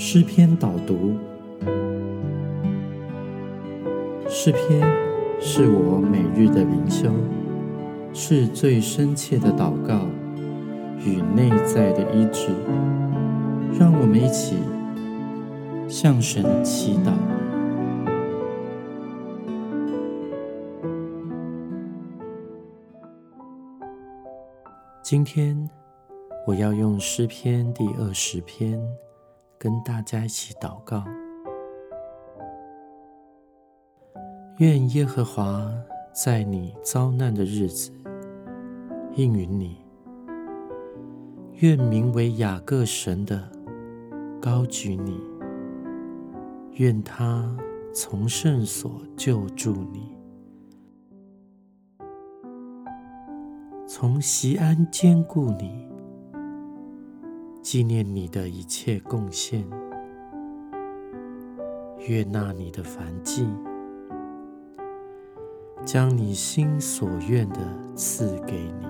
诗篇导读。诗篇是我每日的灵修，是最深切的祷告与内在的医治。让我们一起向神祈祷。今天我要用诗篇第20篇跟大家一起祷告。愿耶和华在你遭难的日子应允你，愿名为雅各神的高举你，愿他从圣所救助你，从锡安坚固你，纪念你的一切贡献，悦纳你的燔祭，将你心所愿的赐给你，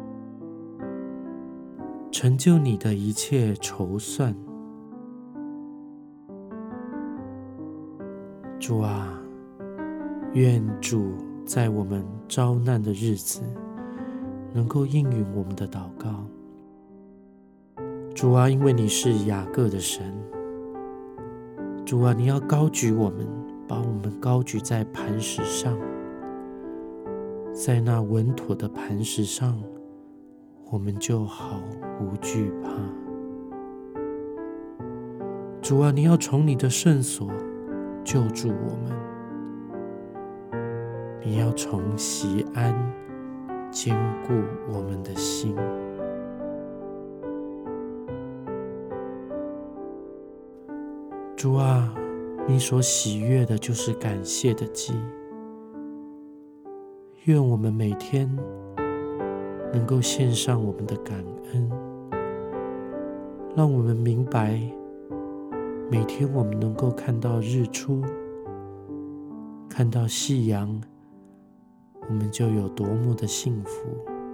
成就你的一切筹算。主啊，愿主在我们遭难的日子能够应允我们的祷告。主啊，因为你是雅各的神，主啊，你要高举我们，把我们高举在磐石上，在那稳妥的磐石上，我们就毫无惧怕。主啊，你要从你的圣所救助我们，你要从锡安坚固我们的心。主啊，你所喜悦的就是感谢的祭。愿我们每天能够献上我们的感恩，让我们明白每天我们能够看到日出，看到夕阳，我们就有多么的幸福。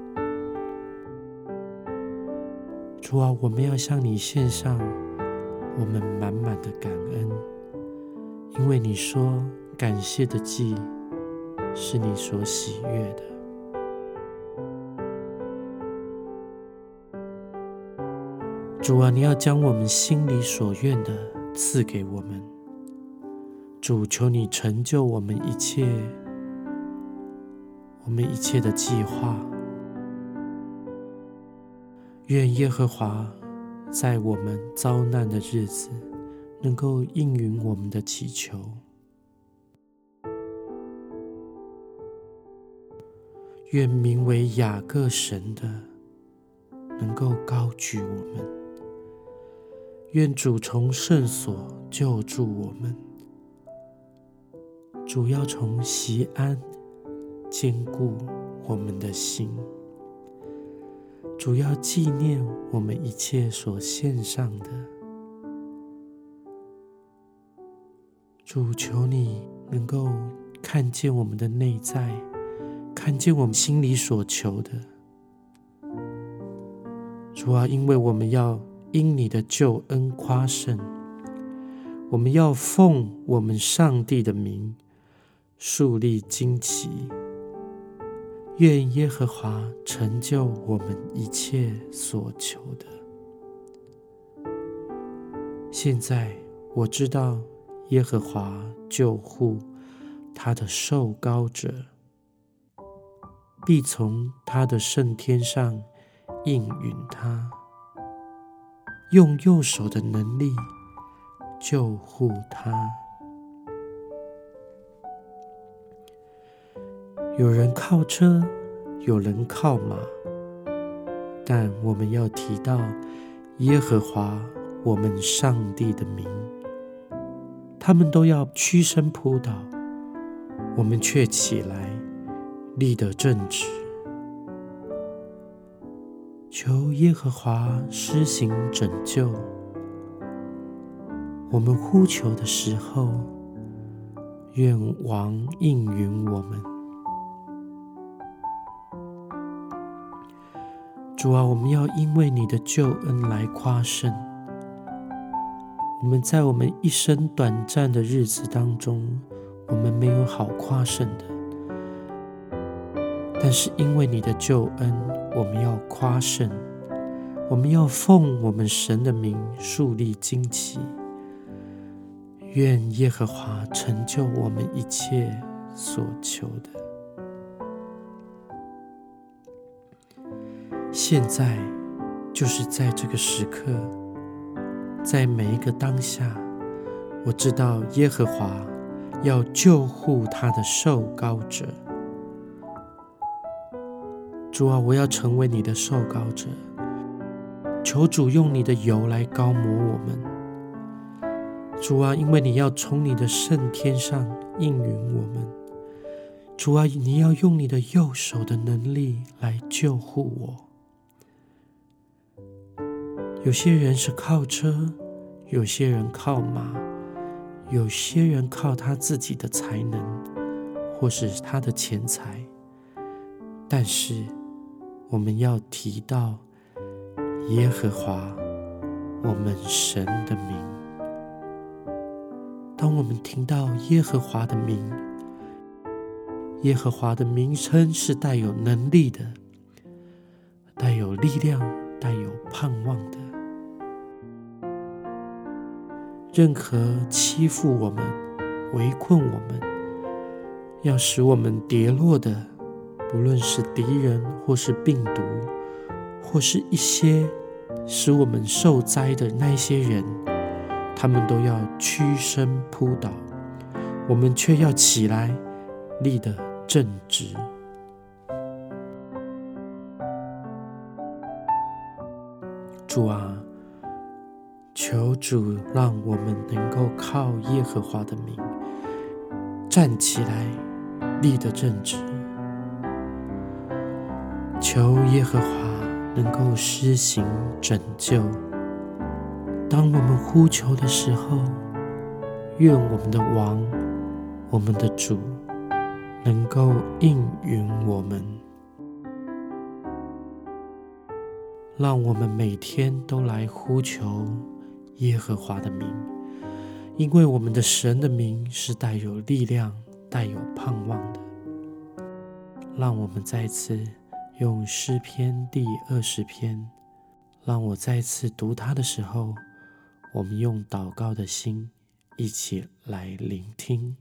主啊，我们要向你献上我们满满的感恩，因为你说感谢的祭是你所喜悦的。主啊，你要将我们心里所愿的赐给我们。主，求你成就我们一切的计划。愿耶和华在我们遭难的日子能够应允我们的祈求。愿名为雅各神的能够高举我们，愿主从圣所救助我们。主要从锡安坚固我们的心，主要纪念我们一切所献上的。主，求你能够看见我们的内在，看见我们心里所求的。主啊，因为我们要因你的救恩夸胜，我们要奉我们上帝的名树立旌旗。愿耶和华成就我们一切所求的。现在我知道耶和华救护他的受膏者，必从他的圣天上应允他，用右手的能力救护他。有人靠车，有人靠马，但我们要提到耶和华我们上帝的名，他们都要屈身扑倒，我们却起来立得正直。求耶和华施行拯救，我们呼求的时候，愿王应允我们。主啊，我们要因为你的救恩来夸胜， 我们在我们一生短暂的日子当中，我们没有好夸胜的，但是因为你的救恩，我们要夸胜，我们要奉我们神的名树立旌旗。愿耶和华成就我们一切所求的。现在就是在这个时刻，在每一个当下，我知道耶和华要救护他的受膏者。主啊，我要成为你的受膏者，求主用你的油来膏抹我们。主啊，因为你要从你的圣天上应允我们。主啊，你要用你的右手的能力来救护我。有些人是靠车，有些人靠马，有些人靠他自己的才能，或是他的钱财。但是我们要提到耶和华，我们神的名。当我们听到耶和华的名，耶和华的名称是带有能力的，带有力量，带有盼望的。任何欺负我们、围困我们、要使我们跌落的，不论是敌人或是病毒，或是一些使我们受灾的那些人，他们都要屈身扑倒，我们却要起来，立得正直。主啊，求主让我们能够靠耶和华的名站起来，立得正直。求耶和华能够施行拯救。当我们呼求的时候，愿我们的王，我们的主能够应允我们。让我们每天都来呼求耶和华的名，因为我们的神的名是带有力量、带有盼望的。让我们再次用诗篇第20篇，让我再次读它的时候，我们用祷告的心一起来聆听。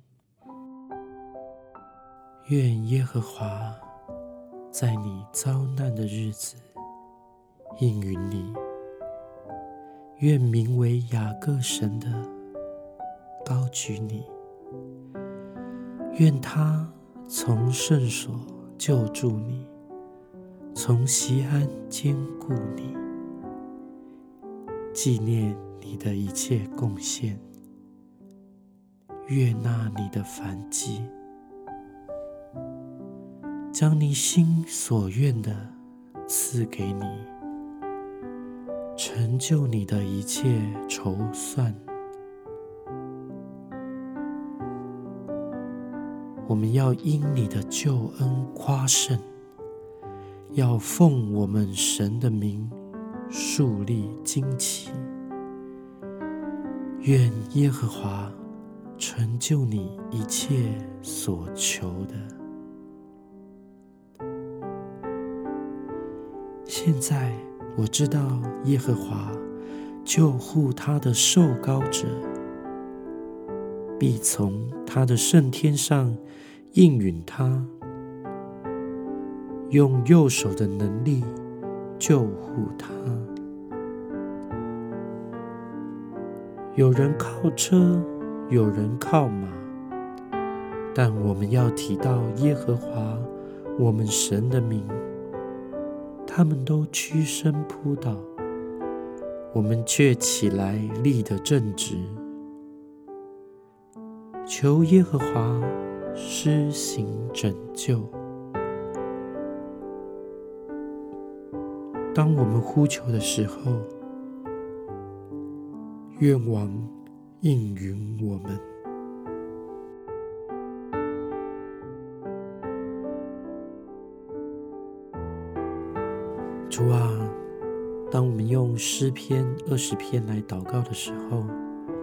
愿耶和华在你遭难的日子应允你，愿名为雅各神的高举你，愿他从圣所救助你，从锡安坚固你，纪念你的一切贡献，悦纳你的燔祭，将你心所愿的赐给你，成就你的一切筹算。我们要因你的救恩夸胜，要奉我们神的名树立旌旗。愿耶和华成就你一切所求的。现在我知道耶和华救护他的受膏者，必从他的圣天上应允他，用右手的能力救护他。有人靠车，有人靠马，但我们要提到耶和华我们神的名，他们都屈身扑倒，我们却起来立得正直。求耶和华施行拯救。当我们呼求的时候，愿王应允我们。主啊，当我们用诗篇20篇来祷告的时候，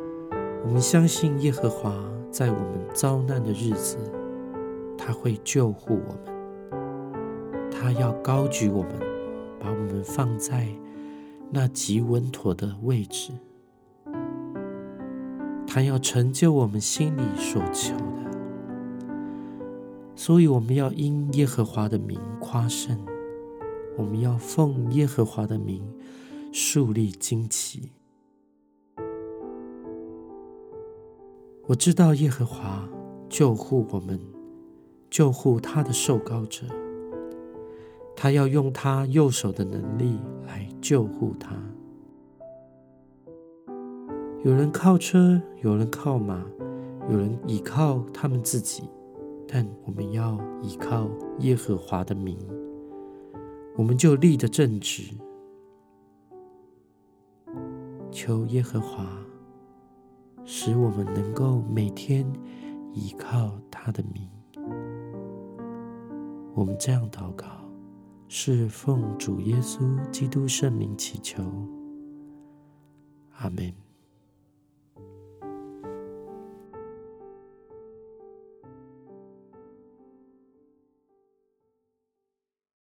我们相信耶和华在我们遭难的日子，他会救护我们，他要高举我们，把我们放在那极稳妥的位置，他要成就我们心里所求的。所以我们要因耶和华的名夸胜，我们要奉耶和华的名树立旌旗。我知道耶和华救护我们，救护他的受膏者，他要用他右手的能力来救护他。有人靠车，有人靠马，有人倚靠他们自己，但我们要倚靠耶和华的名，我们就立得正直。求耶和华使我们能够每天倚靠他的名。我们这样祷告，是奉主耶稣基督圣名祈求，阿们。